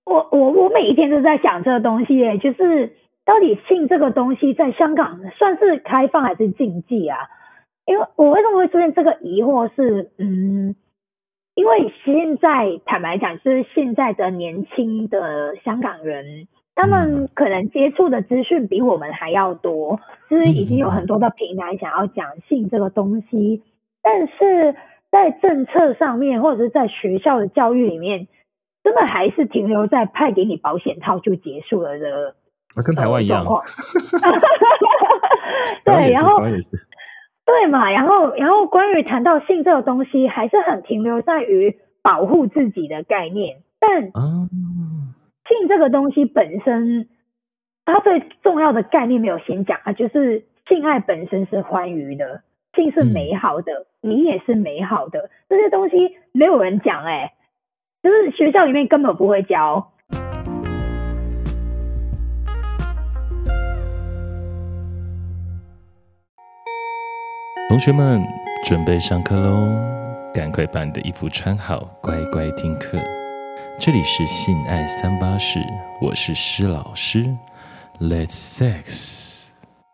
我每一天都在想这个东西耶，就是到底性这个东西在香港算是开放还是禁忌啊？因为我为什么会出现这个疑惑是，因为现在坦白讲，就是现在的年轻的香港人，他们可能接触的资讯比我们还要多，就是已经有很多的平台想要讲性这个东西，但是在政策上面或者是在学校的教育里面，真的还是停留在派给你保险套就结束了的跟台湾一样。 对，然后对嘛，然后关于谈到性这个东西，还是很停留在于保护自己的概念，但性这个东西本身，它最重要的概念没有先讲啊，就是性爱本身是欢愉的，性是美好的，你也是美好的，这些东西没有人讲就是学校里面根本不会教。 同学们准备上课咯，赶快把你的衣服穿好，乖乖听课。这里是性爱384室，我是施老师。 Let's sex。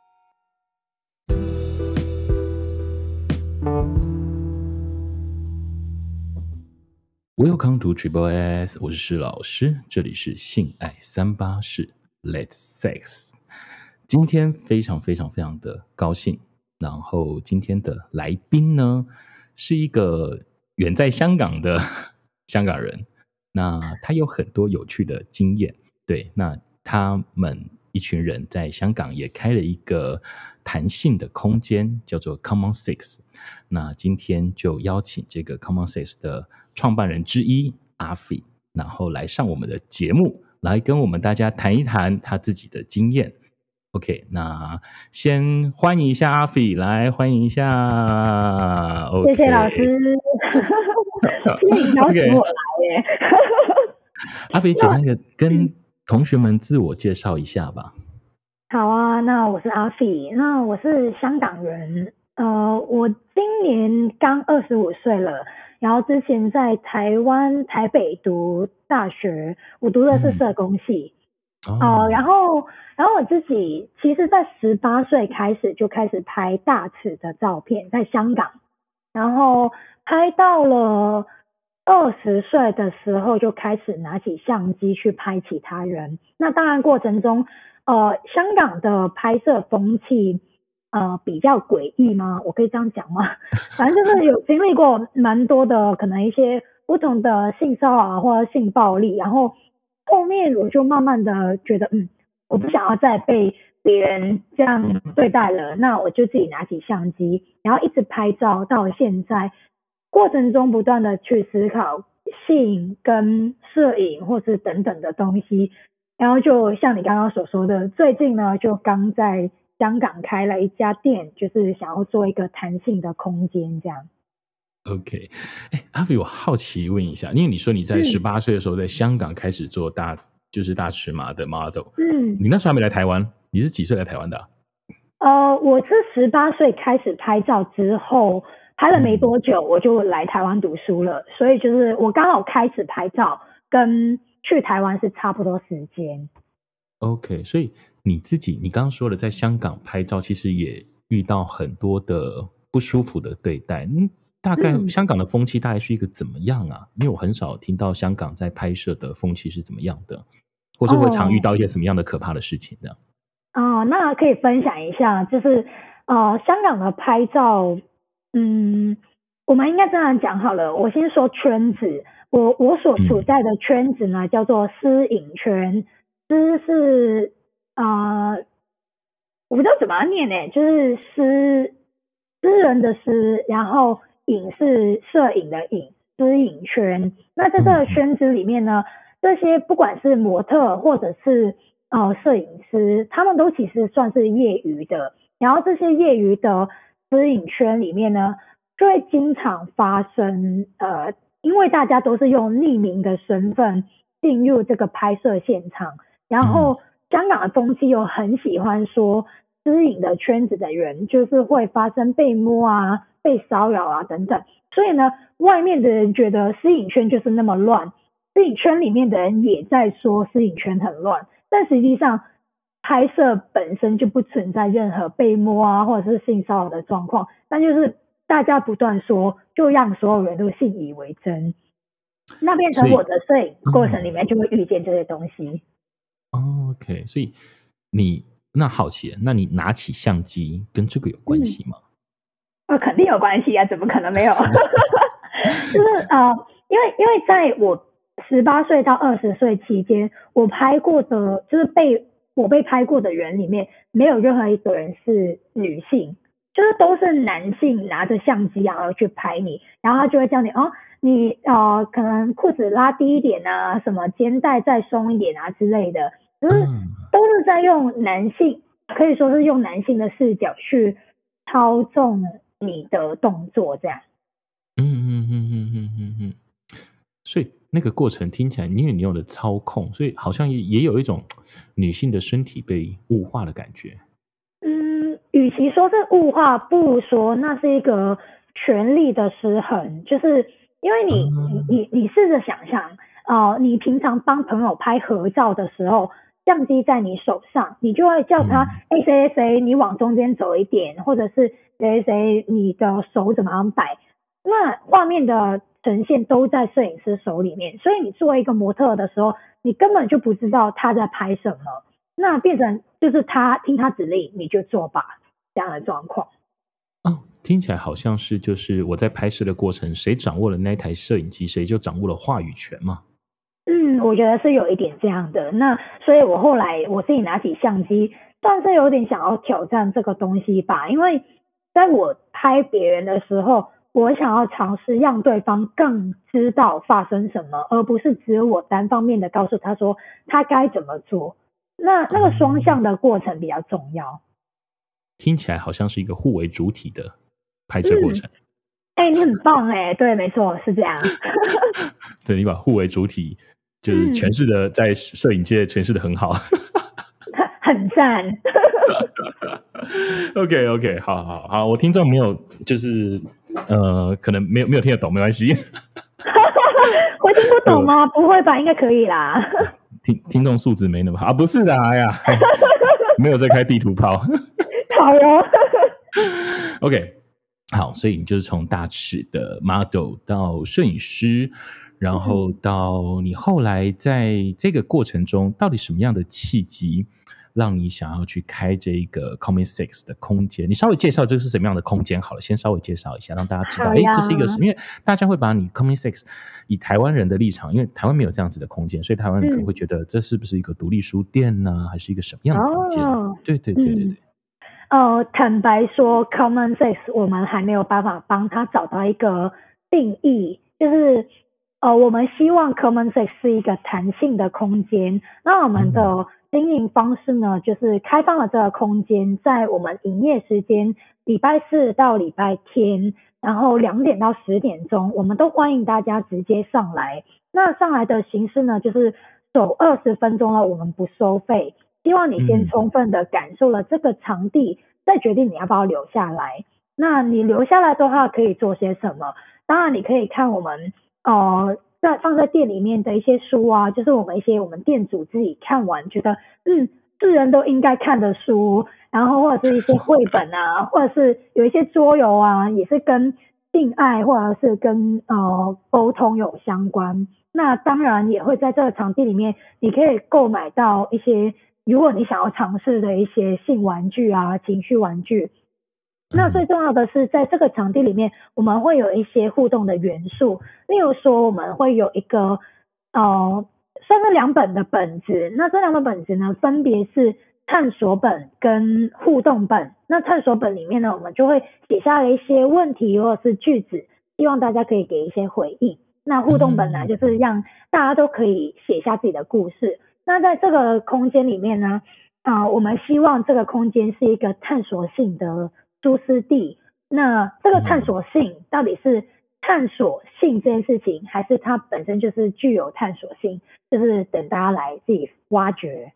Welcome to Triple S， 我是施老师，这里是性爱384室 Let's sex。 今天非常非常非常的高兴，然后今天的来宾呢是一个远在香港的香港人，那他有很多有趣的经验。对，那他们一群人在香港也开了一个谈性的空间，叫做 Common Sex。 那今天就邀请这个 Common Sex 的创办人之一阿菲，然后来上我们的节目，来跟我们大家谈一谈他自己的经验。OK， 那先欢迎一下阿菲，来欢迎一下。 谢谢老师，谢谢你邀请我来耶。 阿菲，简单的跟同学们自我介绍一下吧。 好啊，那我是阿菲，那我是香港人，我今年刚25岁了，然后之前在台湾台北读大学，我读的是社工系。然后我自己其实在18岁开始就开始拍大尺的照片，在香港，然后拍到了20岁的时候就开始拿起相机去拍其他人。那当然过程中香港的拍摄风气比较诡异吗？我可以这样讲吗？反正就是有经历过蛮多的可能一些不同的性骚扰或者性暴力，然后后面我就慢慢的觉得我不想要再被别人这样对待了，那我就自己拿起相机，然后一直拍照到现在，过程中不断的去思考性跟摄影或是等等的东西，然后就像你刚刚所说的，最近呢就刚在香港开了一家店，就是想要做一个弹性的空间这样。 OK， 阿菲，我好奇问一下，因为你说你在18岁的时候在香港开始做大尺码的 model， 你那时候还没来台湾，你是几岁来台湾的我是18岁开始拍照之后，拍了没多久我就来台湾读书了，所以就是我刚好开始拍照跟去台湾是差不多时间。 OK， 所以你刚刚说了在香港拍照其实也遇到很多的不舒服的对待，大概香港的风气大概是一个怎么样啊？因为我很少听到香港在拍摄的风气是怎么样的，或是会常遇到一些什么样的可怕的事情呢？ 那可以分享一下，就是香港的拍照，我们应该这样讲好了。我先说圈子，我所处在的圈子呢叫做私影圈，私是我不知道怎么念呢，就是私人的私，然后影是摄影的影，私影圈。那在这个圈子里面呢，这些不管是模特或者是摄影师，他们都其实算是业余的。然后这些业余的私影圈里面呢，就会经常发生因为大家都是用匿名的身份进入这个拍摄现场，然后香港的风气又很喜欢说私影的圈子的人就是会发生被摸啊、被骚扰啊等等，所以呢，外面的人觉得私影圈就是那么乱， 摄影圈里面的人也在说摄影圈很乱，但实际上拍摄本身就不存在任何被摸啊或者是性骚扰的状况，但就是大家不断说，就让所有人都信以为真，那变所以成我的摄影过程里面就会遇见这些东西。 OK，所以你那好奇，那你拿起相机跟这个有关嗯， 系吗？ 肯定有关系啊，怎么可能没有？就是因为在我18岁到20岁期间，我拍过的就是我被拍过的人里面，没有任何一个人是女性，就是都是男性拿着相机然后去拍你，然后他就会叫你哦，你可能裤子拉低一点啊，什么肩带再松一点啊之类的，就是嗯都是在用男性，可以说是用男性的视角去操纵你的动作这样。 嗯，所以那个过程听起来，因为你用的操控，所以好像也有一种女性的身体被物化的感觉。 与其说是物化，不如说那是一个权力的失衡。就是因为你试着想象，你平常帮朋友拍合照的时候，相机在你手上，你就会叫他， 嗯谁谁谁，你往中间走一点，或者是谁谁谁，你的手怎么样摆。那画面的呈现都在摄影师手里面，所以你作为一个模特的时候，你根本就不知道他在拍什么。那变成就是他听他指令你就做吧，这样的状况。 听起来好像是就是我在拍摄的过程，谁掌握了那台摄影机，谁就掌握了话语权嘛。 我觉得是有一点这样的。那所以我后来我自己拿起相机，算是有点想要挑战这个东西吧。因为在我拍别人的时候，我想要尝试让对方更知道发生什么，而不是只有我单方面的告诉他说他该怎么做。那个双向的过程比较重要。 听起来好像是一个互为主体的拍摄过嗯， 程。 你很棒对，没错，是这样。 对，你把互为主体就是嗯， 诠释的在摄影界诠释的很好。 很赞。 OK OK，好好好，我听众没有就是可能没有听得懂，没关系。 会听不懂吗？不会吧，应该可以啦。 听众素质没那么好啊，不是的，哎呀，没有在开地图炮。 好哟。 OK，好，所以你就是从大尺的 model 到摄影师，然后到你后来在这个过程中，到底什么样的契机让你想要去开这一个 Common Six 的空间？你稍微介绍这个是什么样的空间好了，先稍微介绍一下，让大家知道， 好呀。 这是一个什么？因为大家会把你 Common Six 以台湾人的立场，因为台湾没有这样子的空间，所以台湾人可能会觉得这是不是一个独立书店呢，还是一个什么样的空间？对对对对对。 坦白说 Common Sense 我们还没有办法帮他找到一个定义，就是我们希望 Common Sense 是一个弹性的空间，那我们的经营方式呢，就是开放了这个空间，在我们营业时间礼拜四到礼拜天，然后2点到10点钟，我们都欢迎大家直接上来。那上来的形式呢，就是走20分钟了，我们不收费。希望你先充分的感受了这个场地，再决定你要不要留下来。那你留下来的话可以做些什么？当然你可以看我们放在店里面的一些书啊，就是我们店主自己看完觉得是人都应该看的书，然后或者是一些绘本啊，或者是有一些桌游啊，也是跟性爱或者是跟沟通有相关。那当然也会在这个场地里面，你可以购买到一些如果你想要尝试的一些性玩具啊、情绪玩具。那最重要的是，在这个场地里面，我们会有一些互动的元素，例如说，我们会有一个算是2本的本子。那这2本本子呢，分别是探索本跟互动本。那探索本里面呢，我们就会写下了一些问题或者是句子，希望大家可以给一些回应。那互动本呢，就是让大家都可以写下自己的故事。那在这个空间里面呢，我们希望这个空间是一个探索性的蛛丝地。那这个探索性到底是探索性这件事情，还是它本身就是具有探索性，就是等大家来自己挖掘。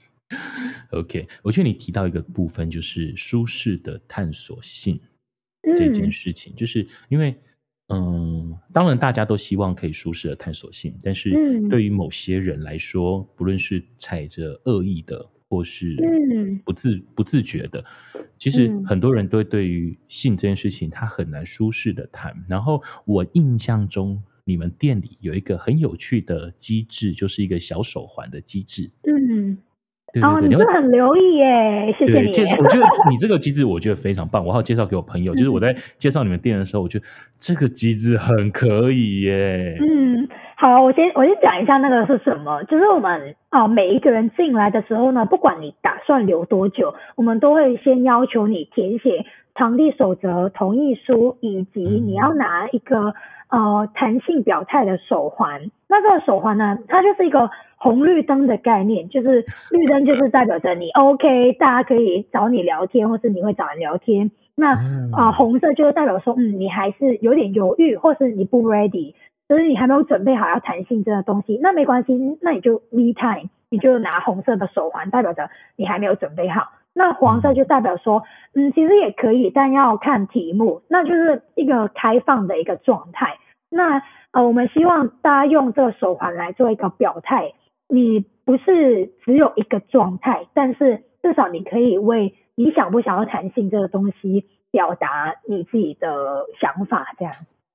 OK， 我觉得你提到一个部分，就是舒适的探索性这件事情，就是因为当然大家都希望可以舒适的探索性，但是对于某些人来说，不论是踩着恶意的，或是不自觉的，其实很多人都对于性这件事情，他很难舒适的谈。然后我印象中，你们店里有一个很有趣的机制，就是一个小手环的机制。对对对， 你真的很留意耶，谢谢你。 介绍，我觉得你这个机制我觉得非常棒，我还有介绍给我朋友，就是我在介绍你们店的时候，我觉得这个机制很可以耶。 好，我先讲一下那个是什么，就是我们每一个人进来的时候呢，不管你打算留多久，我们都会先要求你填写场地守则同意书，以及你要拿一个弹性表态的手环。那这个手环呢，它就是一个红绿灯的概念，就是绿灯就是代表着你 OK， 大家可以找你聊天，或是你会找人聊天。那红色就是代表说你还是有点犹豫，或是你不 ready， 就是你还没有准备好要弹性这个东西。那没关系，那你就 me time， 你就拿红色的手环，代表着你还没有准备好。那黄色就代表说其实也可以，但要看题目，那就是一个开放的一个状态。那我们希望大家用这个手环来做一个表态，你不是只有一个状态，但是至少你可以为你想不想要弹性这个东西表达你自己的想法，这样。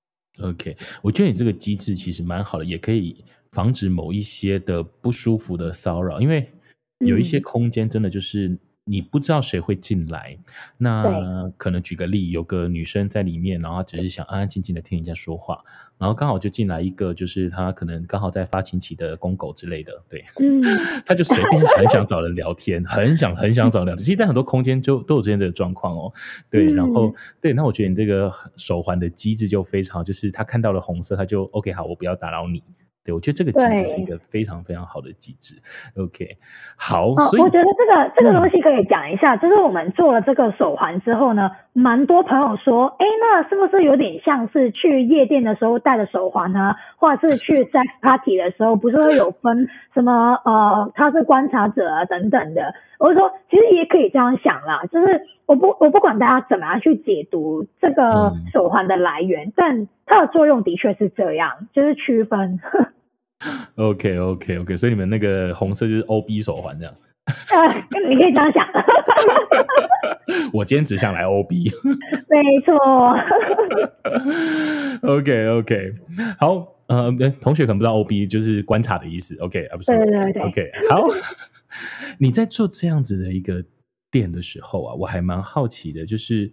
OK， 我觉得你这个机制其实蛮好的，也可以防止某一些的不舒服的骚扰，因为有一些空间真的就是你不知道谁会进来，那可能举个例，有个女生在里面，然后只是想安安静静的听人家说话，然后刚好就进来一个，就是她可能刚好在发情期的公狗之类的，对，她就随便很想找人聊天，很想找人聊天。其实，在很多空间都有这样的状况哦，对，然后对，那我觉得你这个手环的机制就非常，就是她看到了红色，她就 OK 好，我不要打扰你。对，我觉得这个机制是一个非常非常好的机制。OK， 好，所以我觉得这个东西可以讲一下，就是我们做了这个手环之后呢，蛮多朋友说，那是不是有点像是去夜店的时候戴的手环呢？或者是去 sex party 的时候，不是会有分什么他是观察者啊等等的？我就说，其实也可以这样想啦，就是我不管大家怎么样去解读这个手环的来源，但它的作用的确是这样，就是区分。 OK， 所以你们那个红色就是 OB 手环这样。 你可以这样想。 我今天只想来 OB。 没错。 OK， 好，同学可能不知道 OB 就是观察的意思。OK， 不是。 对。 OK， 好。你在做这样子的一个店的时候啊，我还蛮好奇的，就是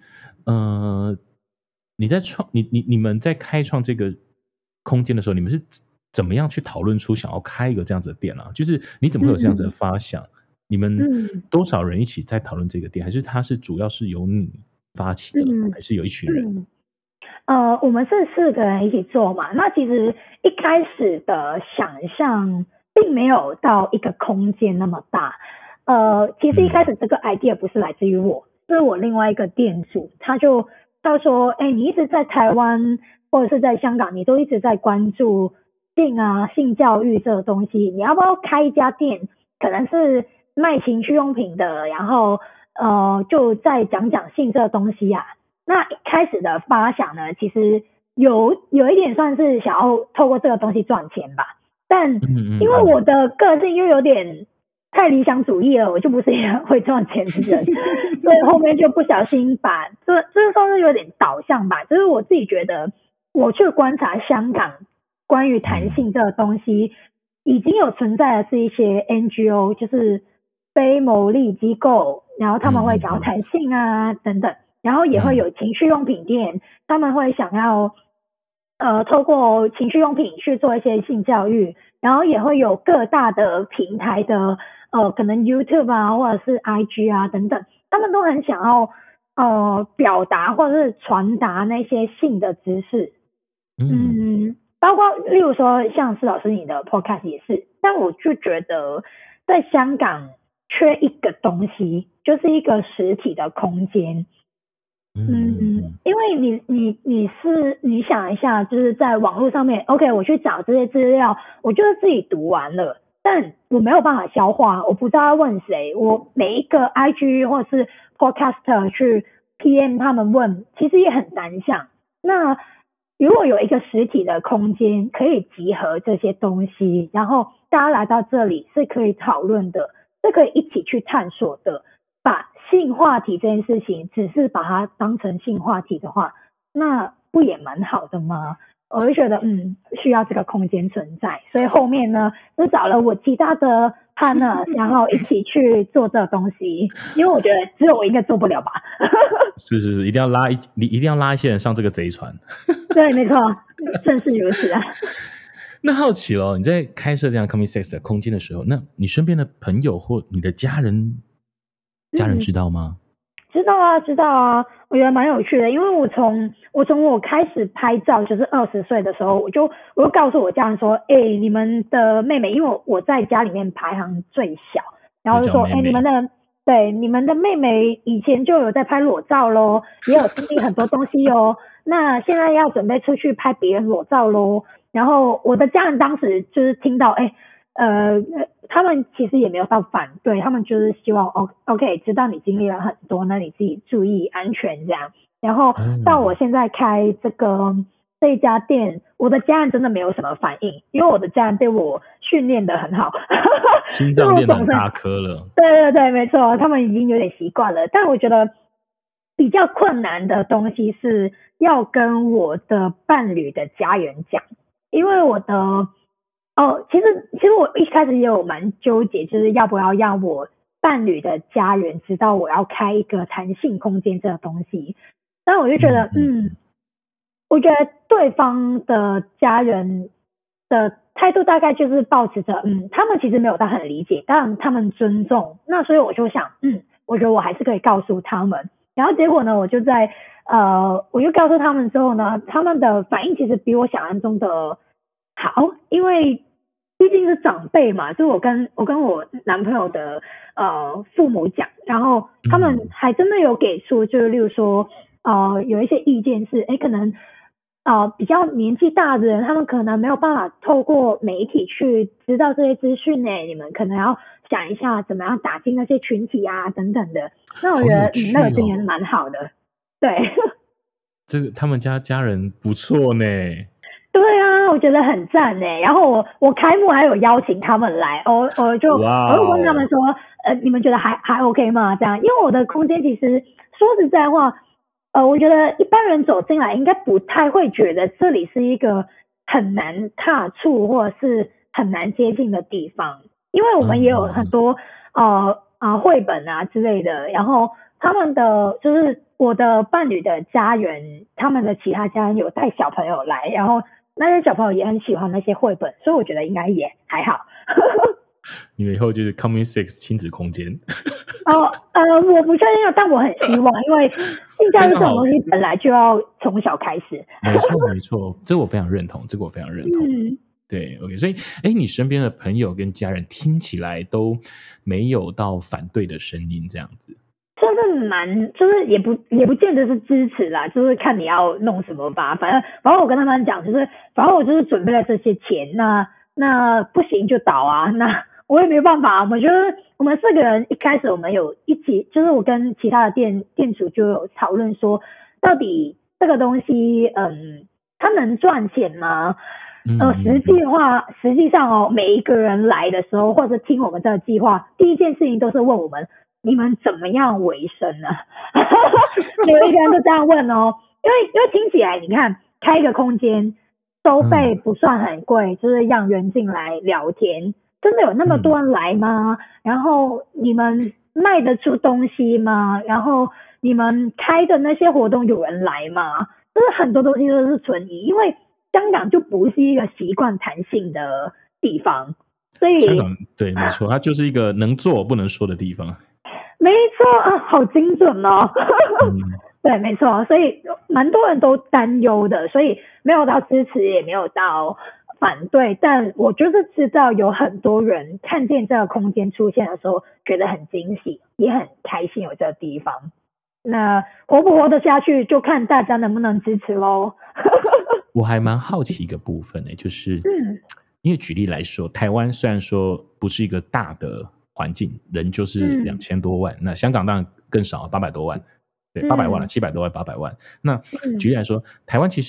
你们在开创这个空间的时候，你们是怎么样去讨论出想要开一个这样子的店啊？就是你怎么会有这样子的发想？你们多少人一起在讨论这个店，还是它是主要是由你发起的，还是有一群人？ 我们是4个人一起做嘛。那其实一开始的想象并没有到一个空间那么大。其实一开始这个 idea 不是来自于我，是我另外一个店主，他说，你一直在台湾或者是在香港，你都一直在关注性教育这个东西，你要不要开一家店，可能是卖情趣用品的，然后就再讲性这个东西啊。那一开始的发想呢，其实有一点算是想要透过这个东西赚钱吧，但因为我的个性又有点太理想主义了，我就不是一个会赚钱的人，所以后面就不小心把这算是有点导向吧。就是我自己觉得，我去观察香港关于弹性这个东西，已经有存在的是一些 NGO， 就是非牟利机构，然后他们会搞弹性啊等等。然后也会有情趣用品店，他们会想要透过情趣用品去做一些性教育，然后也会有各大的平台的可能 YouTube 啊或者是 IG 啊等等，他们都很想要表达或者是传达那些性的知识。包括例如说像施老师你的 podcast 也是，但我就觉得在香港缺一个东西，就是一个实体的空间。因为你想一下，就是在网络上面 OK 我去找这些资料，我就是自己读完了，但我没有办法消化，我不知道要问谁，我每一个 IG 或者是 Podcaster 去 PM 他们问，其实也很单向。那如果有一个实体的空间可以集合这些东西，然后大家来到这里是可以讨论的，是可以一起去探索的。把性话题这件事情只是把它当成性话题的话，那不也蛮好的吗？我就觉得需要这个空间存在，所以后面呢就找了我其他的 partner， 然后一起去做这个东西，因为我觉得只有我应该做不了吧。 是是是，一定要拉一些人上这个贼船。 对，没错，正是如此啊。 那好奇咯，你在开设这样 Coming Sex 的空间的时候，那你身边的朋友或你的家人知道吗？ 知道啊，知道啊，我觉得蛮有趣的，因为我从我开始拍照，就是20岁的时候，我就告诉我家人说，你们的妹妹，因为我在家里面排行最小，然后就说，你们的妹妹以前就有在拍裸照咯，也有经历很多东西哦，那现在要准备出去拍别人裸照咯。然后我的家人当时就是听到，他们其实也没有到反对，他们就是希望OK， 知道你经历了很多，那你自己注意安全这样。然后到我现在开这一家店，我的家人真的没有什么反应，因为我的家人被我训练得很好， 心脏练得很大颗了。 对对对，没错，他们已经有点习惯了。但我觉得比较困难的东西是要跟我的伴侣的家人讲，因为其实我一开始也有蛮纠结，就是要不要让我伴侣的家人知道我要开一个弹性空间这个东西。但我就觉得我觉得对方的家人的态度大概就是抱持着他们其实没有到很理解，但他们尊重。那所以我就想我觉得我还是可以告诉他们。然后结果呢，我就告诉他们之后呢，他们的反应其实比我想象中的好，因为毕竟是长辈嘛，就我跟我男朋友的父母讲，然后他们还真的有给出，就是例如说有一些意见是可能比较年纪大的人，他们可能没有办法透过媒体去知道这些资讯呢，你们可能要想一下怎么样打进那些群体啊等等的。那我觉得那个经验蛮好的。对， 这个他们家人不错呢。 对啊，我觉得很赞呢。然后我开幕还有邀请他们来，我就问他们说，你们觉得还 OK 吗？这样，因为我的空间其实说实在话，我觉得一般人走进来应该不太会觉得这里是一个很难踏触或者是很难接近的地方，因为我们也有很多绘本啊之类的，然后他们的就是我的伴侣的家人，他们的其他家人有带小朋友来，然后那些小朋友也很喜欢那些绘本，所以我觉得应该也还好。 你们以后就是 Coming Sex 亲子空间。 我不确定，但我很希望，因为性教育这种东西本来就要从小开始。 没错没错，这个我非常认同，对 OK， 所以你身边的朋友跟家人听起来都没有到反对的声音这样子。 就是也不见得是支持啦，就是看你要弄什么吧。反正我跟他们讲，就是反正我就是准备了这些钱，那不行就倒啊，那我也没办法。我觉得我们4个人一开始我们有一起，就是我跟其他的店主就有讨论说，到底这个东西它能赚钱吗？实际上每一个人来的时候或者听我们这个计划，第一件事情都是问我们，你们怎么样维生呢？每一个人都这样问哦，因为听起来你看开一个空间收费不算很贵，就是让人进来聊天，真的有那么多人来吗？然后你们卖得出东西吗？然后你们开的那些活动有人来吗？就是很多东西都是存疑，因为香港就不是一个习惯弹性的地方，所以香港对没错，它就是一个能做不能说的地方。 没错啊，好精准哦。对，没错，所以蛮多人都担忧的，所以没有到支持，也没有到反对，但我就是知道有很多人看见这个空间出现的时候，觉得很惊喜，也很开心有这个地方。那活不活得下去，就看大家能不能支持咯。 我还蛮好奇一个部分就是因为举例来说，台湾虽然说不是一个大的环境，人就是2000多万，那香港当然更少，800多万，对，800万了，700多万，800万。那举例来说，台湾其实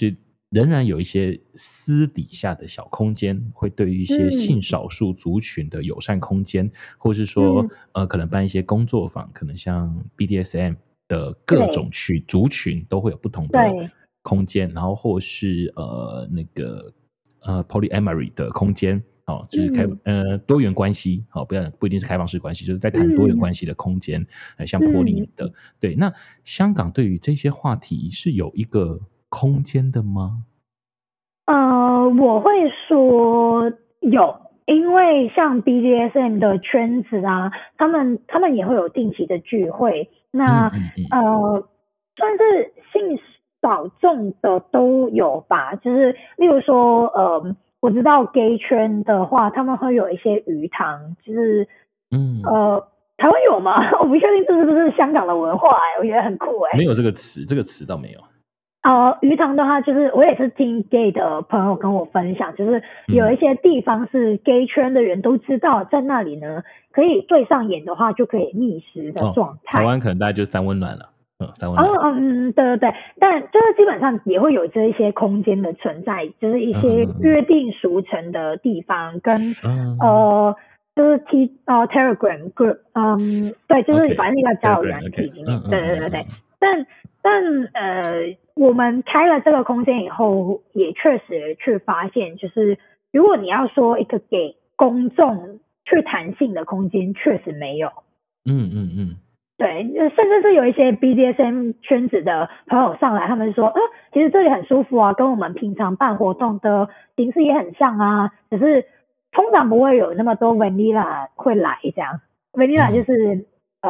仍然有一些私底下的小空间，会对于一些性少数族群的友善空间，或是说可能办一些工作坊，可能像 BDSM 的各种族群都会有不同的空间，然后或是那个polyamory 的空间。就是多元关系，不一定是开放式关系，就是在谈多元关系的空间，像poly的，对。那香港对于这些话题是有一个空间的吗？ 我会说有，因为像 BDSM 的圈子啊，他们也会有定期的聚会，那算是性少众的都有吧，就是例如说我知道 gay 圈的话，他们会有一些鱼塘，就是台湾有吗？我不确定这是不是香港的文化我觉得很酷没有这个词倒没有。 鱼塘的话，就是我也是听 gay 的朋友跟我分享，就是有一些地方是 gay 圈的人都知道，在那里呢可以对上眼的话就可以觅食的状态。 台湾可能大概就是三温暖了。 对，但就是基本上也会有这一些空间的存在，就是一些约定俗成的地方，跟就是 Telegram group，对，就是反正一个交友软体里面，对，但我们开了这个空间以后，也确实去发现，就是如果你要说一个给公众去谈性的空间，确实没有。对，甚至是有一些 BDSM 圈子的朋友上来，他们说，其实这里很舒服啊，跟我们平常办活动的形式也很像啊，只是通常不会有那么多 vanilla 会来这样。vanilla 就是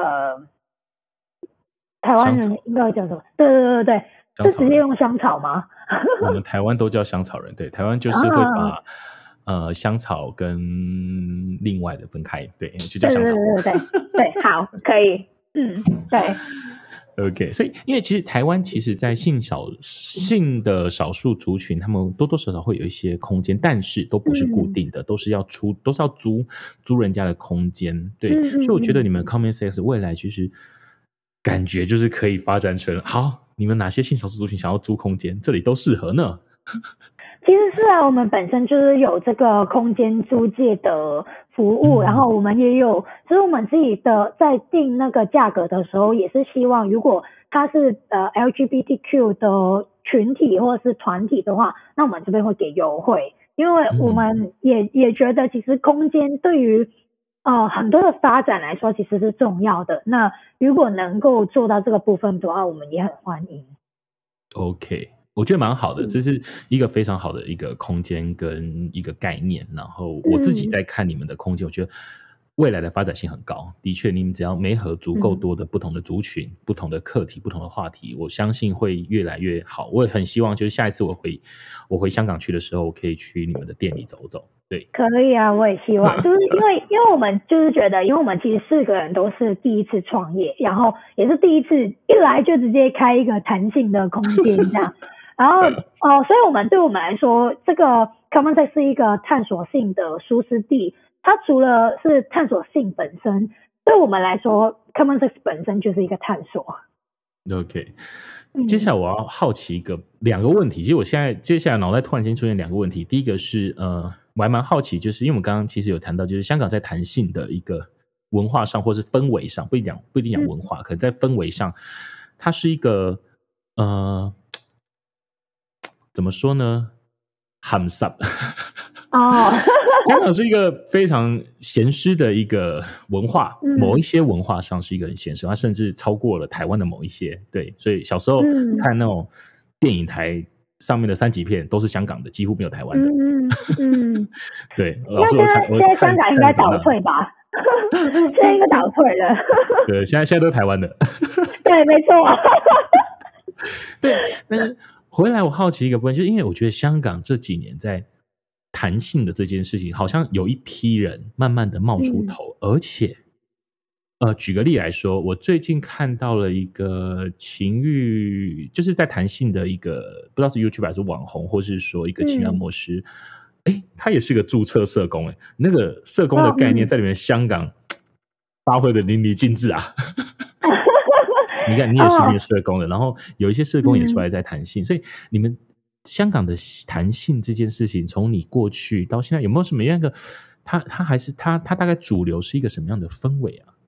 台湾人应该叫什么？对，是直接用香草吗？ 我们台湾都叫香草人，对，台湾就是会把香草跟另外的分开，对，就叫香草。 对，好，可以。对。 OK， 所以因为其实台湾其实在性的少数族群，他们多多少少会有一些空间，但是都不是固定的，都是要租人家的空间。对，所以我觉得你们 Common Sex 未来其实感觉就是可以发展成好，你们哪些性少数族群想要租空间，这里都适合呢。 其实是我们本身就是有这个空间租借的服务，然后我们也有，所以我们自己的在定那个价格的时候，也是希望如果它是LGBTQ 的群体或者是团体的话，那我们这边会给优惠，因为我们也觉得其实空间对于很多的发展来说其实是重要的，那如果能够做到这个部分的话，我们也很欢迎。 OK， 我觉得蛮好的，这是一个非常好的一个空间跟一个概念。然后我自己在看你们的空间，我觉得未来的发展性很高。的确，你们只要媒合足够多的不同的族群、不同的课题、不同的话题，我相信会越来越好。我也很希望，就是下一次我回香港去的时候，我可以去你们的店里走走。对， 可以啊，我也希望，就是因为我们就是觉得，因为我们其实4个人都是第一次创业，然后也是第一次一来就直接开一个弹性的空间这样，然后所以对我们来说，这个 Common Sex 是一个探索性的舒适地，它除了是探索性本身，对我们来说 Common Sex 本身就是一个探索。 OK， 接下来我要好奇两个问题，其实我现在接下来脑袋突然间出现2个问题，第一个是我还蛮好奇，就是因为我们刚刚其实有谈到，就是香港在谈性的一个文化上或是氛围上，不一定讲文化，可能在氛围上，它是一个怎么说呢？含濕香港是一个非常咸湿的一个文化，某一些文化上是一个很咸湿，它甚至超过了台湾的某一些。对，所以小时候看那种电影台上面的3级片都是香港的，几乎没有台湾的。对，老师， 现在香港应该倒退吧？现在应该倒退了。 对，现在都是台湾的。 对，没错。 对，那回来我好奇一个部分，就是因为我觉得香港这几年在谈性的这件事情，好像有一批人慢慢的冒出头，而且举个例来说，我最近看到了一个情欲，就是在谈性的一个，不知道是 YouTuber 还是网红，或是说一个情按摩师，他也是个注册社工，那个社工的概念在里面香港发挥的淋漓尽致啊。你看，你也是那个社工的，然后有一些社工也出来在谈性，所以你们香港的谈性这件事情，从你过去到现在，有没有什么样的？它大概主流是一个什么样的氛围啊？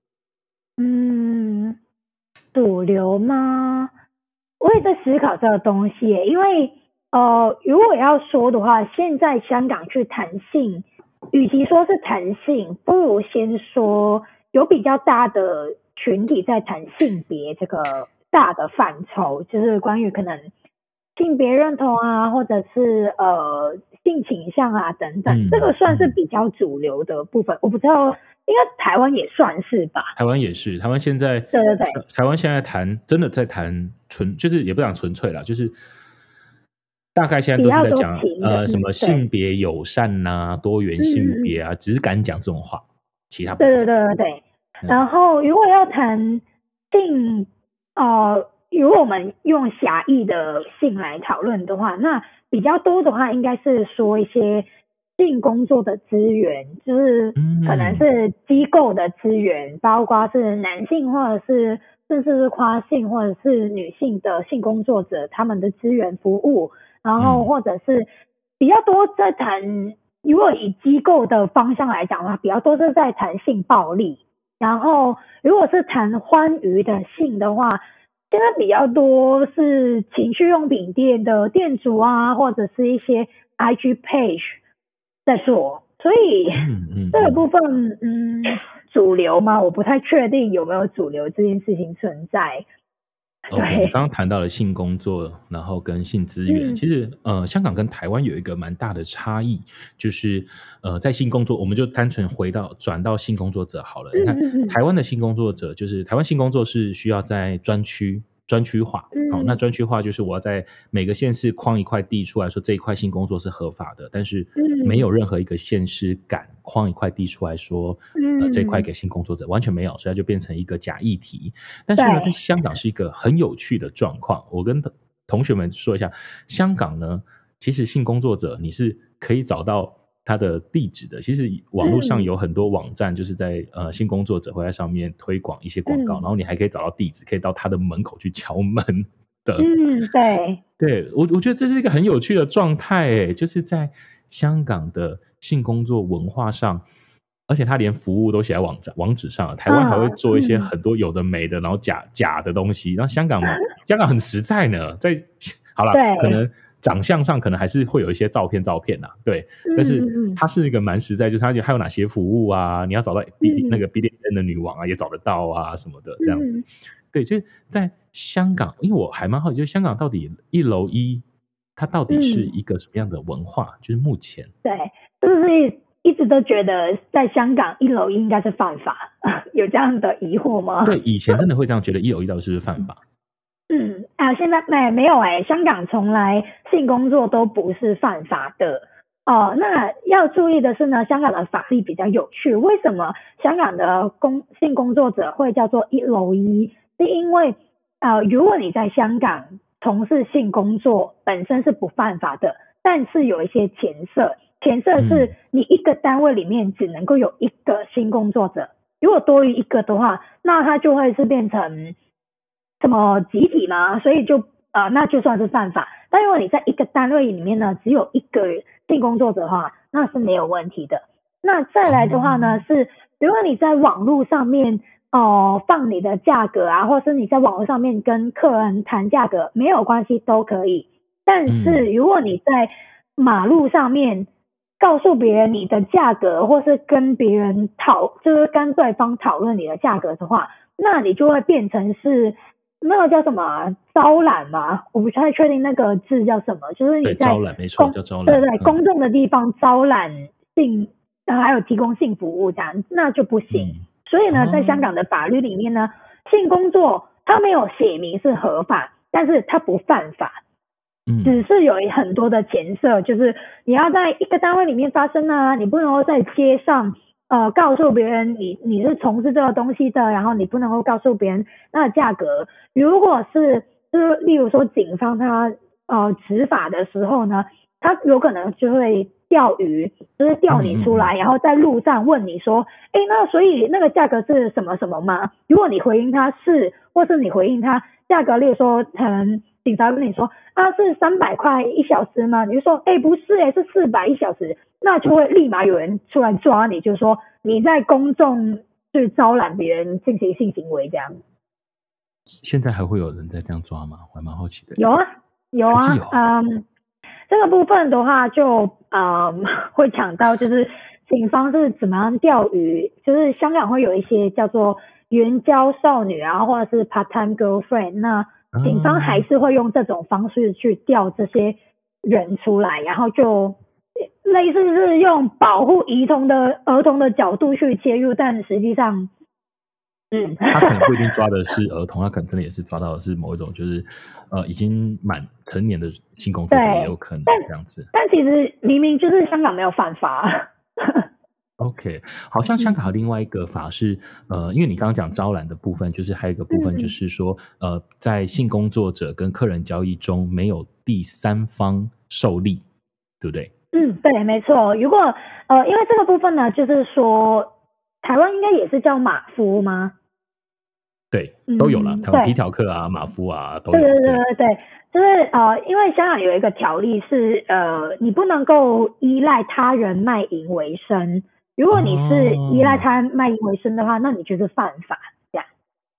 主流吗？我也在思考这个东西耶，因为如果要说的话，现在香港去谈性，与其说是谈性，不如先说有比较大的群体在谈性别这个大的范畴，就是关于可能性别认同啊，或者是性倾向啊等等，这个算是比较主流的部分。我不知道，应该台湾也算是吧？ 台湾也是，台湾现在对对对， 台湾现在真的在谈就是也不讲纯粹啦，就是大概现在都是在讲什么性别友善啊、多元性别啊，只是敢讲这种话，其他不对对对对对。然后如果要谈性，如果我们用狭义的性来讨论的话，那比较多的话应该是说一些性工作的资源，就是可能是机构的资源，包括是男性或者是甚至是跨性或者是女性的性工作者他们的资源服务，然后或者是比较多在谈，如果以机构的方向来讲的话，比较多是在谈性暴力。然后如果是谈欢愉的性的话，现在比较多是情趣用品店的店主啊，或者是一些 IG page 在做，所以这个部分主流吗？我不太确定有没有主流这件事情存在。 OK， 你刚刚谈到了性工作，然后跟性资源，其实香港跟台湾有一个蛮大的差异，就是在性工作，我们就单纯转到性工作者好了。你看台湾的性工作者，就是台湾性工作是需要在专区化，那专区化就是我要在每个县市框一块地出来说这一块性工作是合法的，但是没有任何一个县市敢框一块地出来说这一块给性工作者，完全没有，所以它就变成一个假议题。但是呢，在香港是一个很有趣的状况，我跟同学们说一下，香港呢，其实性工作者你是可以找到他的地址的，其实网络上有很多网站，就是在性工作者会在上面推广一些广告，然后你还可以找到地址，可以到他的门口去敲门的。对，我觉得这是一个很有趣的状态，就是在香港的性工作文化上，而且他连服务都写在网址上了。台湾还会做一些很多有的没的，然后假的东西。然后香港很实在呢，好了，可能长相上可能还是会有一些照片啦，对，但是它是一个蛮实在，就是它还有哪些服务啊，你要找到那个 BDSM 的女王啊，也找得到啊什么的这样子。对，就是在香港，因为我还蛮好奇，就是香港到底1楼1，它到底是一个什么样的文化？就是目前， 对，就是一直都觉得在香港1楼1应该是犯法，有这样的疑惑吗？ 对，以前真的会这样觉得1楼1到底是不是犯法？ 现在没有香港从来性工作都不是犯法的。那要注意的是呢，香港的法律比较有趣。为什么香港的性工作者会叫做1楼1？是因为如果你在香港从事性工作本身是不犯法的，但是有一些前设是你一个单位里面只能够有一个性工作者，如果多于一个的话，那它就会是变成什么集体嘛，所以就那就算是犯法。但如果你在一个单位里面呢，只有一个性工作者的话，那是没有问题的。那再来的话呢，是如果你在网络上面放你的价格啊，或是你在网络上面跟客人谈价格，没有关系，都可以。但是如果你在马路上面告诉别人你的价格，或是跟别人就是跟对方讨论你的价格的话，那你就会变成是那个叫什么招揽嘛，我不太确定那个字叫什么，就是你在招揽，没错，叫招揽。 对，公众的地方招揽性，还有提供性服务这样，那就不行。所以呢，在香港的法律里面呢，性工作它没有写明是合法，但是它不犯法。只是有很多的前设，就是你要在一个单位里面发生啊，你不能够在街上告诉别人你是从事这个东西的，然后你不能够告诉别人那个价格。如果是就是例如说警方他执法的时候呢，他有可能就会钓鱼，就是钓你出来，然后在路上问你说那所以那个价格是什么什么吗？如果你回应他是，或是你回应他价格，例如说可能警察跟你说啊是300块1小时吗？你就说不是是4001小时，那就会立马有人出来抓你，就说你在公众去招揽别人进行性行为这样。 现在还会有人在这样抓吗？我还蛮好奇的。 有啊有还是有啊，这个部分的话就会讲到就是警方是怎么样钓鱼，就是香港会有一些叫做援交少女啊，或者是 part-time girlfriend， 那警方还是会用这种方式去钓这些人出来，然后就类似是用保护儿童的角度去切入，但实际上他可能不一定抓的是儿童，他可能真的也是抓到的是某一种就是已经满成年的性工作者，也有可能这样子。 但其实明明就是香港没有犯法。 OK， 好像香港有另外一个法是因为你刚刚讲招揽的部分，就是还有一个部分就是说在性工作者跟客人交易中没有第三方受利，对不对？ 对，没错。如果因为这个部分呢，就是说台湾应该也是叫马夫吗？ 对，都有了，台湾皮条客啊、马夫啊都有。 对，就是因为香港有一个条例是你不能够依赖他人卖淫为生。如果你是依赖他人卖淫为生的话，那你就是犯法这样。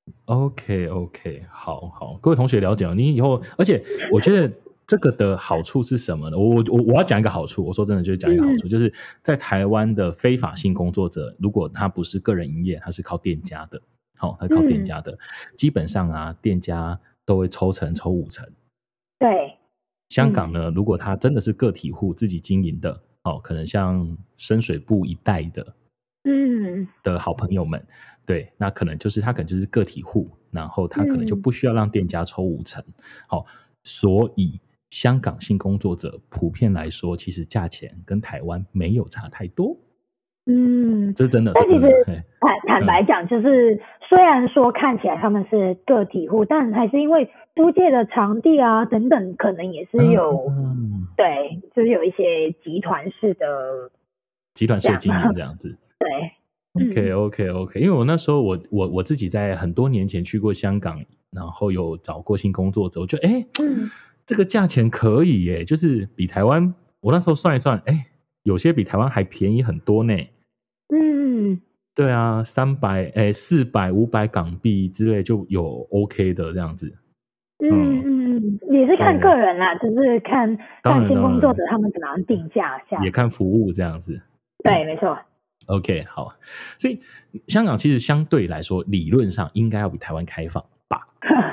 OK， 好，各位同学了解了，你以后，而且我觉得这个的好处是什么呢？我要讲一个好处，我说真的就是讲一个好处，就是在台湾的非法性工作者，如果他不是个人营业，他是靠店家的，他是靠店家的，基本上啊，店家都会抽5成。对，香港呢，如果他真的是个体户自己经营的，可能像深水埗一带的好朋友们。对，那可能就是他可能就是个体户，然后他可能就不需要让店家抽5成。所以香港性工作者普遍来说，其实价钱跟台湾没有差太多。这是真的。 但其实坦白讲，就是虽然说看起来他们是个体户，但还是因为租借的场地啊等等，可能也是有对，就是有一些集团式的经营这样子。 对。 OK， 因为我那时候我自己在很多年前去过香港，然后有找过性工作者，我觉得这个价钱可以耶，就是比台湾，我那时候算一算，有些比台湾还便宜很多呢。对啊，300、400、500港币之类就有 OK 的这样子。 也是看个人啦，就是看性工作者他们怎么样定价， 也看服务这样子。 对，没错。 OK， 好，所以香港其实相对来说，理论上应该要比台湾开放吧？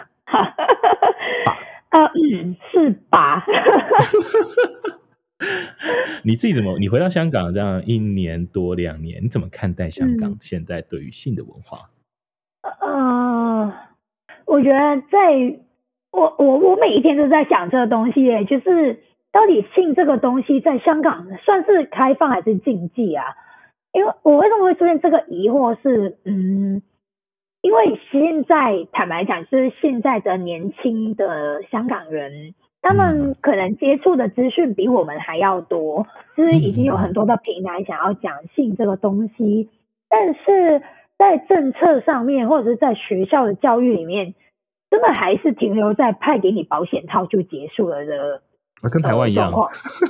是吧？ 你自己你回到香港这样1年多2年，你怎么看待香港现在对于性的文化？ 我觉得我每一天都在想这个东西耶，就是到底性这个东西在香港算是开放还是禁忌啊？因为我为什么会出现这个疑惑是，因为现在坦白讲，就是现在的年轻的香港人，他们可能接触的资讯比我们还要多，就是已经有很多的平台想要讲性这个东西，但是在政策上面或者是在学校的教育里面，真的还是停留在派给你保险套就结束了的， 跟台湾一样。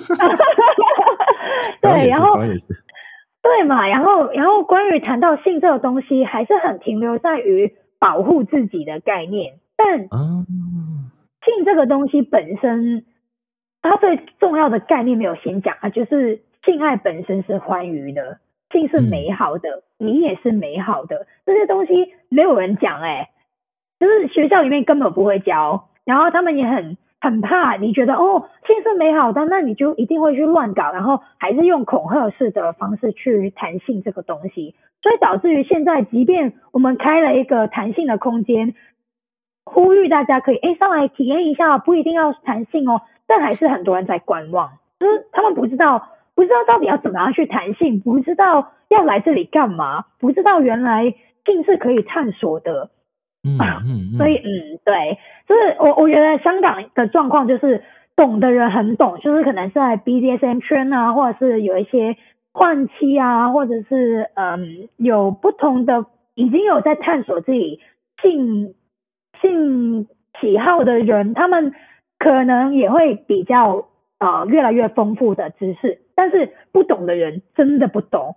对，然后对嘛，然后关于谈到性这个东西，还是很停留在于保护自己的概念。但性这个东西本身，它最重要的概念没有先讲啊，就是性爱本身是欢愉的，性是美好的，你也是美好的，这些东西没有人讲就是学校里面根本不会教，然后他们也很怕你觉得性是美好的，那你就一定会去乱搞，然后还是用恐吓式的方式去谈性这个东西，所以导致于现在即便我们开了一个谈性的空间，呼吁大家可以上来体验一下，不一定要谈性但还是很多人在观望，就是他们不知道到底要怎么样去谈性，不知道要来这里干嘛，不知道原来性是可以探索的。所以对，就是我觉得香港的状况就是懂的人很懂，就是可能在 BDSM 圈啊，或者是有一些换妻啊，或者是有不同的已经有在探索自己性喜好的人，他们可能也会比较越来越丰富的知识，但是不懂的人真的不懂。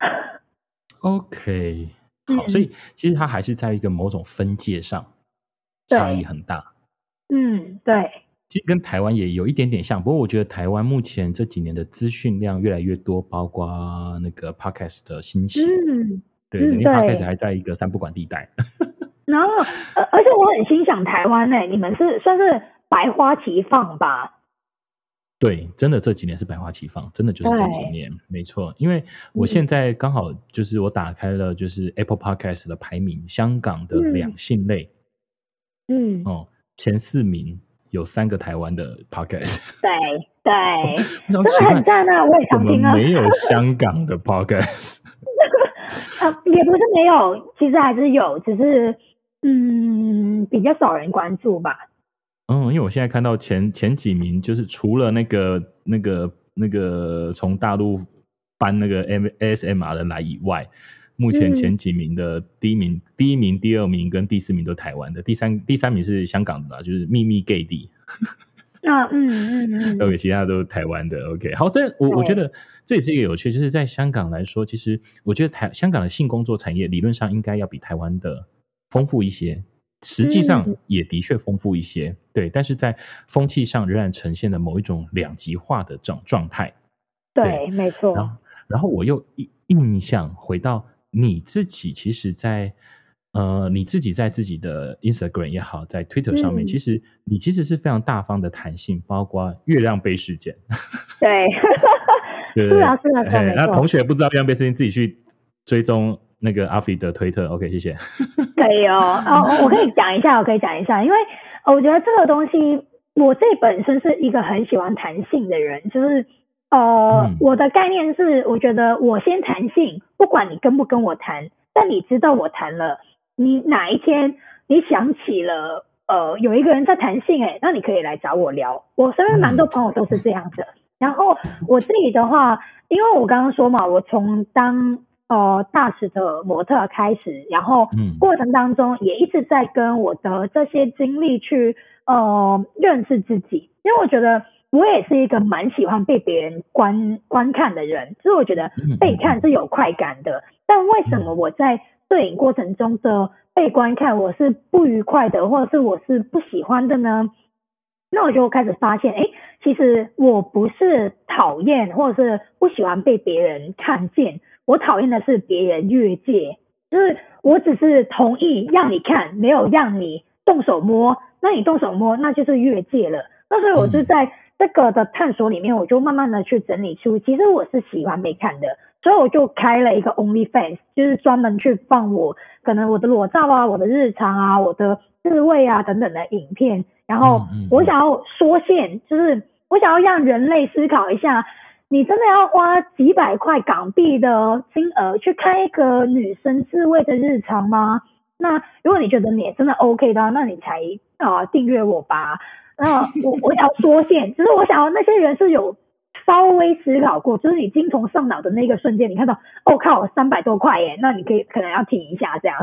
OK， 好，所以其实它还是在一个某种分界上差异很大。 对。 其实跟台湾也有一点点像，不过我觉得台湾目前这几年的资讯量越来越多，包括那个 podcast 的兴起。对，因为 podcast 还在一个三不管地带。 然后而且我很欣赏台湾你们是算是百花齐放吧？ 对，真的这几年是百花齐放，真的就是这几年，没错。因为我现在刚好就是我打开了就是 Apple Podcast 的排名，香港的两性类，前4名有3个台湾的 Podcast。 对，真的很赞啊！我也常听啊。 怎么没有香港的 Podcast？ 也不是没有，其实还是有，只是比较少人关注吧。 因为我现在看到前几名，就是除了那个从大陆搬那个 ASMR 的来以外，目前前几名的第一名、第2名跟第4名都台湾的，第三名是香港的啦，就是秘密 gay 地。OK， 其他都是台湾的。OK， 好，但我觉得这也是一个有趣，就是在香港来说，其实我觉得香港的性工作产业理论上应该要比台湾的丰富一些，实际上也的确丰富一些，对，但是在风气上仍然呈现了某一种两极化的这种状态。 对，没错。 然后我又印象回到你自己，其实在你自己在自己的 Instagram 也好，在 Twitter 上面，其实你其实是非常大方的弹性，包括月亮杯事件。 对，是啊， 那同学不知道月亮杯事件，自己去追踪那个阿飞的推特。OK， 谢谢。 可以我可以讲一下，因为我觉得这个东西，我自己本身是一个很喜欢弹性的人，就是我的概念是，我觉得我先弹性，不管你跟不跟我谈，但你知道我谈了，你哪一天你想起了有一个人在谈性那你可以来找我聊。我身边蛮多朋友都是这样的。然后我自己的话，因为我刚刚说嘛，我从当大使的模特开始，然后过程当中也一直在跟我的这些经历去认识自己，因为我觉得我也是一个蛮喜欢被别人观看的人，就是我觉得被看是有快感的，但为什么我在摄影过程中的被观看我是不愉快的，或者是我是不喜欢的呢？那我就开始发现其实我不是讨厌或者是不喜欢被别人看见，我讨厌的是别人越界，就是我只是同意让你看，没有让你动手摸，那你动手摸那就是越界了。那所以我就在这个的探索里面，我就慢慢的去整理出其实我是喜欢被看的，所以我就开了一个 OnlyFans， 就是专门去放我可能我的裸照啊，我的日常啊，我的自慰啊等等的影片，然后我想要缩限，就是我想要让人类思考一下，你真的要花几百块港币的金额去看一个女生自慰的日常吗？那如果你觉得你真的 OK 的，那你才订阅我吧。那我想要缩限，就是我想要那些人是有稍微思考过，就是你精虫上脑的那个瞬间，你看到靠300多块耶，那你可能要停一下这样。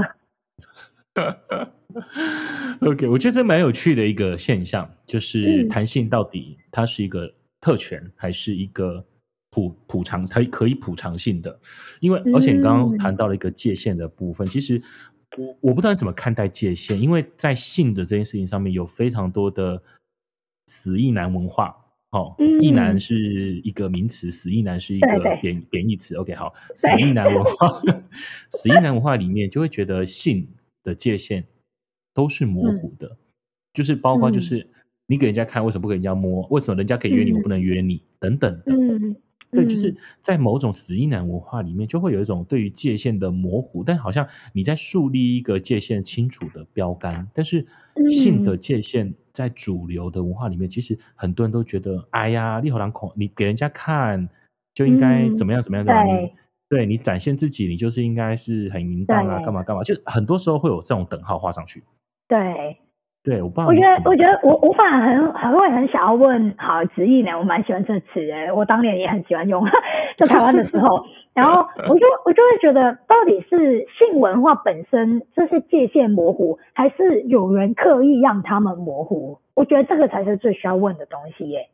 OK， 我觉得这蛮有趣的一个现象，就是弹性到底它是一个特权还是一个补偿，它可以补偿性的？因为而且你刚刚谈到了一个界限的部分，其实我不知道你怎么看待界限，因为在性的这件事情上面有非常多的死意男文化。意男是一个名词，死意男是一个贬义词。OK， 好，死意男文化，死意男文化里面就会觉得性的界限都是模糊的，就是包括就是你给人家看，为什么不给人家摸？为什么人家可以约你，我不能约你？等等的。对，就是在某种死意男文化里面，就会有一种对于界限的模糊，但好像你在树立一个界限清楚的标杆，但是性的界限在主流的文化里面，其实很多人都觉得，哎呀，你好难恐，你给人家看就应该怎么样怎么样怎么样，对你展现自己，你就是应该是很淫荡啊，干嘛干嘛，就很多时候会有这种等号画上去。对，我不知道。 我觉得我反而很想要问，好，直译呢，我蛮喜欢这词我当年也很喜欢用，在台湾的时候， 然后我就会觉得，到底是性文化本身这些界限模糊，还是有人刻意让他们模糊？我觉得这个才是最需要问的东西耶。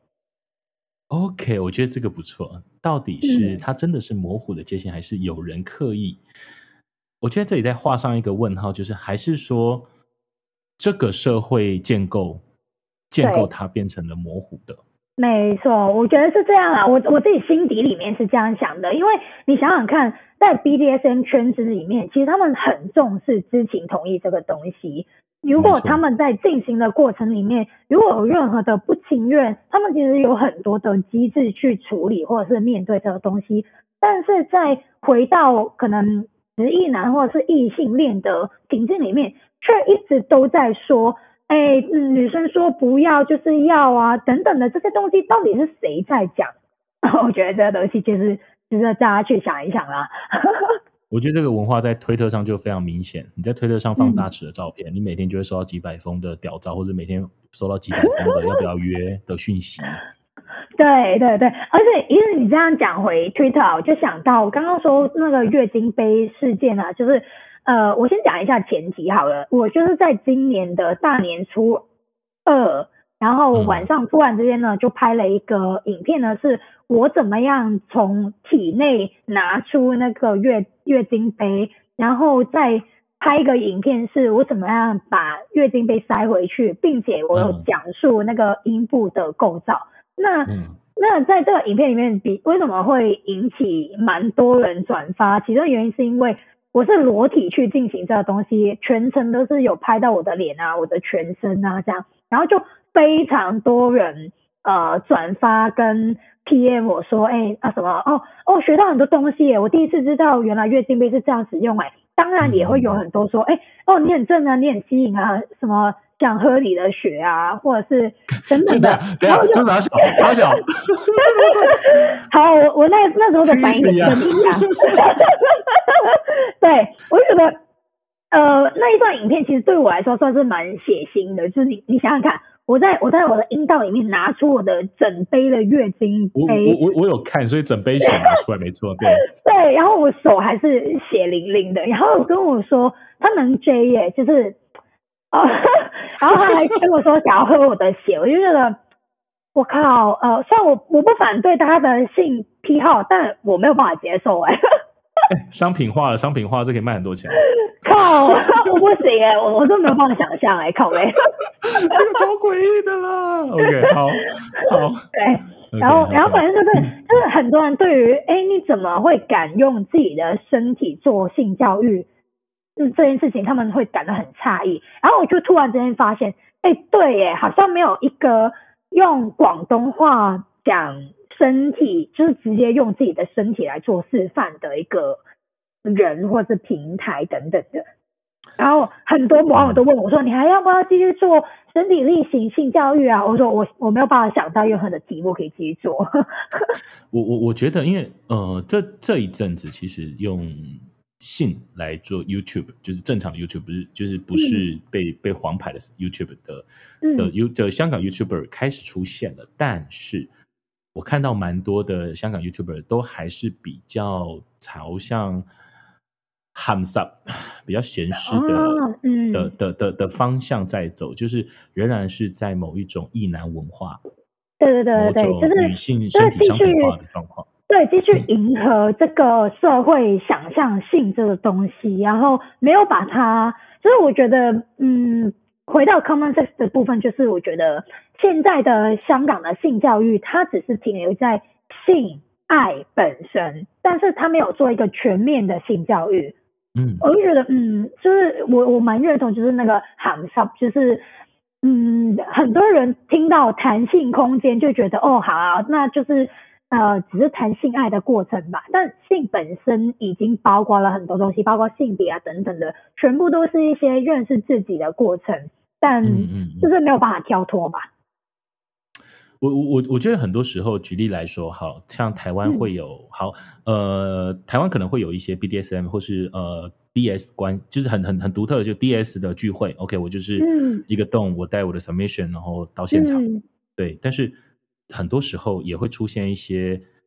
OK，我觉得这个不错。到底是它真的是模糊的界限，还是有人刻意？我觉得这里再画上一个问号，就是还是说这个社会建构它变成了模糊的。 没错，我觉得是这样啊。我自己心底里面是这样想的，因为你想想看，在 BDSM 圈子里面，其实他们很重视知情同意这个东西。如果他们在进行的过程里面，如果有任何的不情愿，他们其实有很多的机制去处理或者是面对这个东西。但是在回到可能直异男或者是异性恋的情境里面，却一直都在说女生说不要就是要啊，等等的这些东西，到底是谁在讲？我觉得这个东西就是值得大家去想一想啦。 我觉得这个文化在推特上就非常明显。你在推特上放大尺的照片，你每天就会收到几百封的屌照，或者每天收到几百封的要不要约的讯息。 对对对，而且因为你这样讲回 Twitter， 我就想到我刚刚说那个月经杯事件啊，就是我先讲一下前提好了。我就是在今年的大年初二，然后晚上突然之间呢，就拍了一个影片呢，是我怎么样从体内拿出那个月经杯，然后再拍一个影片，是我怎么样把月经杯塞回去，并且我有讲述那个阴部的构造。那在这个影片里面，为什么会引起蛮多人转发？其中原因是因为我是裸体去进行这个东西，全程都是有拍到我的脸啊、我的全身啊这样，然后就非常多人转发跟 PM 我说，什么学到很多东西耶，我第一次知道原来月经杯是这样使用当然也会有很多说，你很正啊，你很吸引啊，什么想喝你的血啊，或者是等等的。然后就傻小， 好，我那时候的反应也跟你一样。对，我就觉得那一段影片其实对我来说算是蛮血腥的，就是你想想看，我在我的阴道里面拿出我的整杯的月经杯， 我有看，所以整杯血拿出来没错，对。 对，然后我手还是血淋淋的，然后我跟我说他能 J 耶，就是然后他还跟我说想要喝我的血，我就觉得我靠，虽然我不反对他的性癖好，但我没有办法接受商品化了，这可以卖很多钱。 靠，我不行我都没有办法想象靠嘞， 这个超诡异的啦。OK， 好， 对，然后反正就是很多人对于你怎么会敢用自己的身体做性教育？这件事情他们会感到很诧异，然后我就突然之间发现，对耶，好像没有一个用广东话讲身体，就是直接用自己的身体来做示范的一个人或是平台等等的。然后很多网友都问我说，你还要不要继续做身体力行性教育啊？我说我没有办法想到任何的题目可以继续做。 我觉得，因为这一阵子其实用性来做 YouTube， 就是正常的 YouTube， 不是被黄牌的 YouTube 的香港 YouTuber 开始出现了，但是我看到蛮多的香港 YouTuber 都还是比较朝向 Hams Up 比较咸湿的方向在走，就是仍然是在某一种异男文化， 对，就是女性身体商品化的状况。 对，继续迎合这个社会想象性这个东西，然后没有把它，就是我觉得，回到 common sex 的部分，就是我觉得现在的香港的性教育，它只是停留在性爱本身，但是它没有做一个全面的性教育。我就觉得，就是我蛮认同，就是那个 Hams Up， 就是。很多人听到谈性空间就觉得好啊，那就是只是谈性爱的过程吧，但性本身已经包括了很多东西，包括性别啊等等的，全部都是一些认识自己的过程，但就是没有办法跳脱吧。 我觉得很多时候，举例来说，好像台湾会有台湾可能会有一些 BDSM 或是DS 就是很独特的，就 DS 的聚会。OK， 我就是一个洞，我带我的 submission， 然后到现场。对，但是很多时候也会出现一些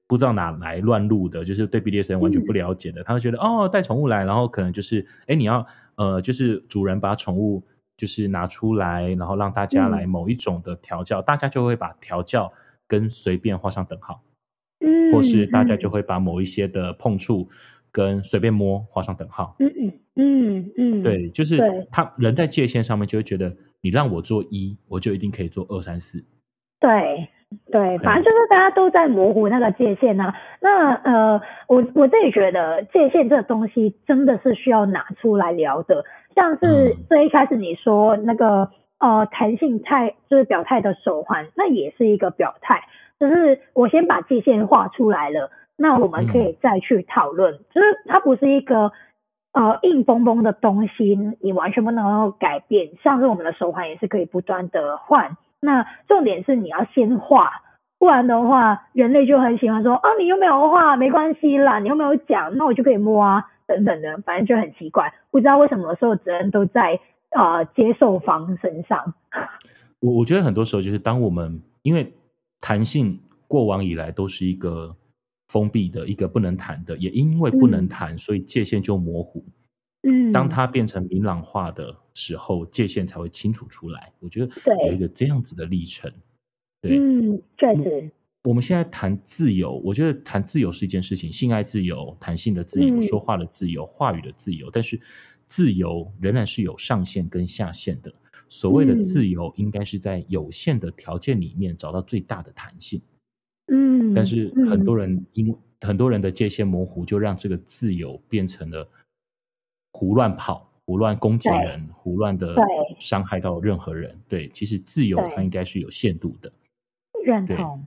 不知道哪来乱入的，就是对 BDSM 完全不了解的，他会觉得带宠物来，然后可能就是你要就是主人把宠物就是拿出来，然后让大家来某一种的调教，大家就会把调教跟随便画上等号，或是大家就会把某一些的碰触跟随便摸画上等号。对，就是人在界限上面就会觉得，你让我做1，我就一定可以做2、3、4。 对，反正就是大家都在模糊那个界限啊。那我自己觉得界限这个东西真的是需要拿出来聊的。像是最一开始你说那个弹性态就是表态的手环，那也是一个表态，就是我先把界限画出来了，那我们可以再去讨论，就是它不是一个硬邦邦的东西，你完全不能够改变。像是我们的手环也是可以不断的换。那重点是你要先画，不然的话人类就很喜欢说你又没有画没关系啦，你又没有讲，那我就可以摸啊等等的，反正就很奇怪，不知道为什么所有责任都在接受方身上。 我觉得很多时候就是当我们因为弹性过往以来都是一个封闭的，一个不能弹的，也因为不能弹，所以界限就模糊。当它变成明朗化的时候，界限才会清楚出来。我觉得有一个这样子的历程。对， 确实。 我们现在谈自由，我觉得谈自由是一件事情，性爱自由、弹性的自由、说话的自由、话语的自由，但是自由仍然是有上限跟下限的。所谓的自由，应该是在有限的条件里面找到最大的弹性。但是很多人的界限模糊，就让这个自由变成了胡乱跑、胡乱攻击人、胡乱的伤害到任何人。对，其实自由它应该是有限度的。 认同。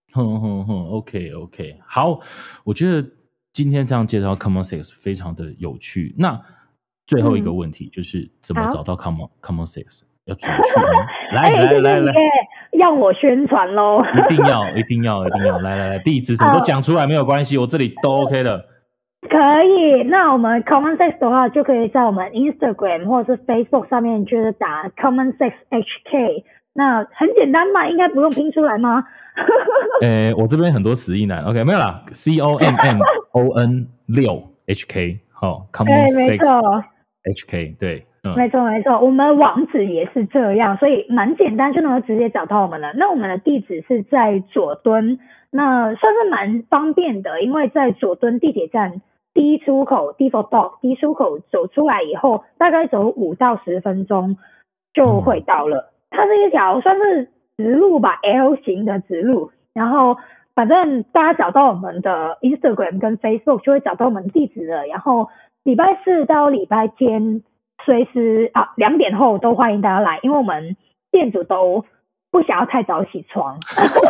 OK， 好，我觉得今天这样介绍 Common Sex 非常的有趣。那最后一个问题就是怎么找到 Common Sex， 要怎么去呢？来， 要我宣传咯。 一定要，来，地址什么都讲出来没有关系，我这里都 OK 的。 可以，那我们 Common Sex 的话，就可以在我们 Instagram 或者是 Facebook 上面就是打 Common Sex HK， 那很简单嘛，应该不用拼出来吗？ 我这边很多词义难 OK 没有啦 COMMON 6 HK Common Sex HK 对， 没错，我们网址也是这样，所以蛮简单就能够直接找到我们了。那我们的地址是在佐敦，那算是蛮方便的，因为在佐敦地铁站第一出口 Default Dock 第一出口走出来以后，大概走5到10分钟就会到了。它是一条算是直路吧， L 型的直路，然后反正大家找到我们的 Instagram 跟 Facebook 就会找到我们地址了。然后礼拜4到礼拜天随时2点后都欢迎大家来，因为我们店主都不想要太早起床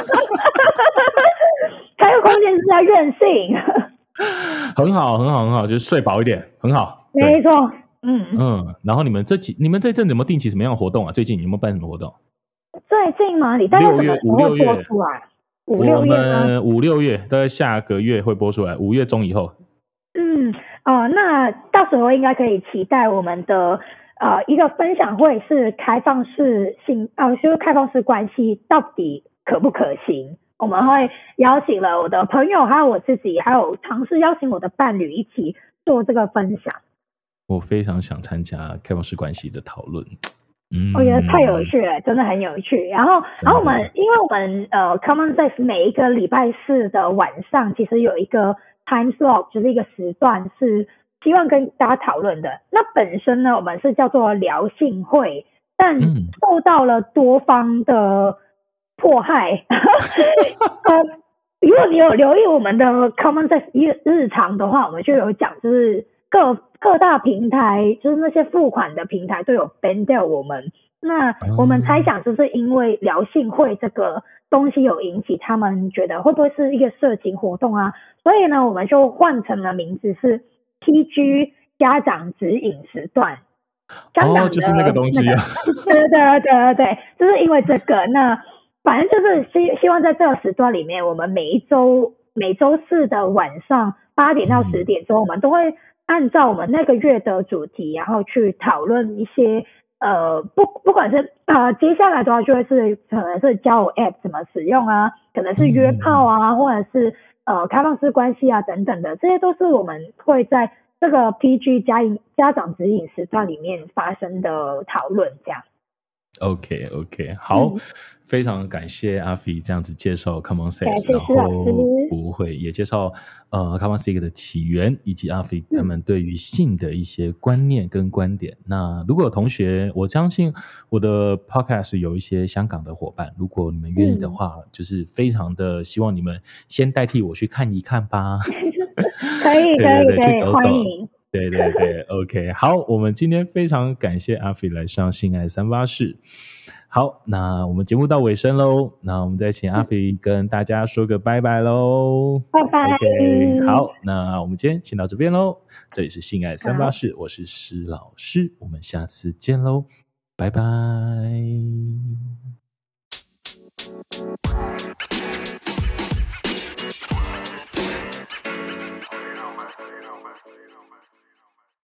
开个空间是在任性很好，就是睡饱一点很好， 没错。 然后你们这阵有没有定期什么样的活动啊？最近有没有办什么活动？ 最近吗？你大概什么时候会播出来？5、6月吗 ？5、6月，大概下个月会播出来，5月中以后。 那到时候应该可以期待我们的一个分享会，是开放式就是开放式关系到底可不可行？我们会邀请了我的朋友，还有我自己，还有尝试邀请我的伴侣一起做这个分享。 我非常想参加开放式关系的讨论。 我觉得太有趣了，真的很有趣。然后因为我们Common Sex 每一个礼拜4的晚上其实有一个 time slot， 就是一个时段是希望跟大家讨论的。那本身呢，我们是叫做聊性会，但受到了多方的迫害如果你有留意我们的 Common Sex 日常的话，我们就有讲，就是各大平台，就是那些付款的平台都有 ban 掉我们。那我们猜想就是因为聊性会这个东西有引起他们觉得会不会是一个色情活动啊，所以呢我们就换成了名字是 TG 家长指引时段。 就是那个东西啊对，就是因为这个。那反正就是希望在这个时段里面，我们每周4的晚上8点到10点钟，我们都会按照我们那个月的主题，然后去讨论一些不管是接下来的话就会是可能是交友 app 怎么使用啊，可能是约炮啊，或者是开放式关系啊等等的，这些都是我们会在这个 PG 家长指引时段里面发生的讨论，这样。 OK， 好，非常感谢阿飞这样子介绍 Common 感 Sense， 谢然施老师。 后不会也介绍Common Sense 的起源，以及阿飞他们对于性的一些观念跟观点。那如果有同学，我相信我的 Podcast 有一些香港的伙伴，如果你们愿意的话，就是非常的希望你们先代替我去看一看吧。 可以， 去走走， 欢迎。 对 OK， 好，我们今天非常感谢阿飞来上性爱384室。好，那我们节目到尾声喽，那我们再请阿飞跟大家说个拜拜喽。 拜拜。 OK， 好，那我们今天先到这边喽。这里是性爱384室，我是施老师，我们下次见喽，拜拜。You know, man.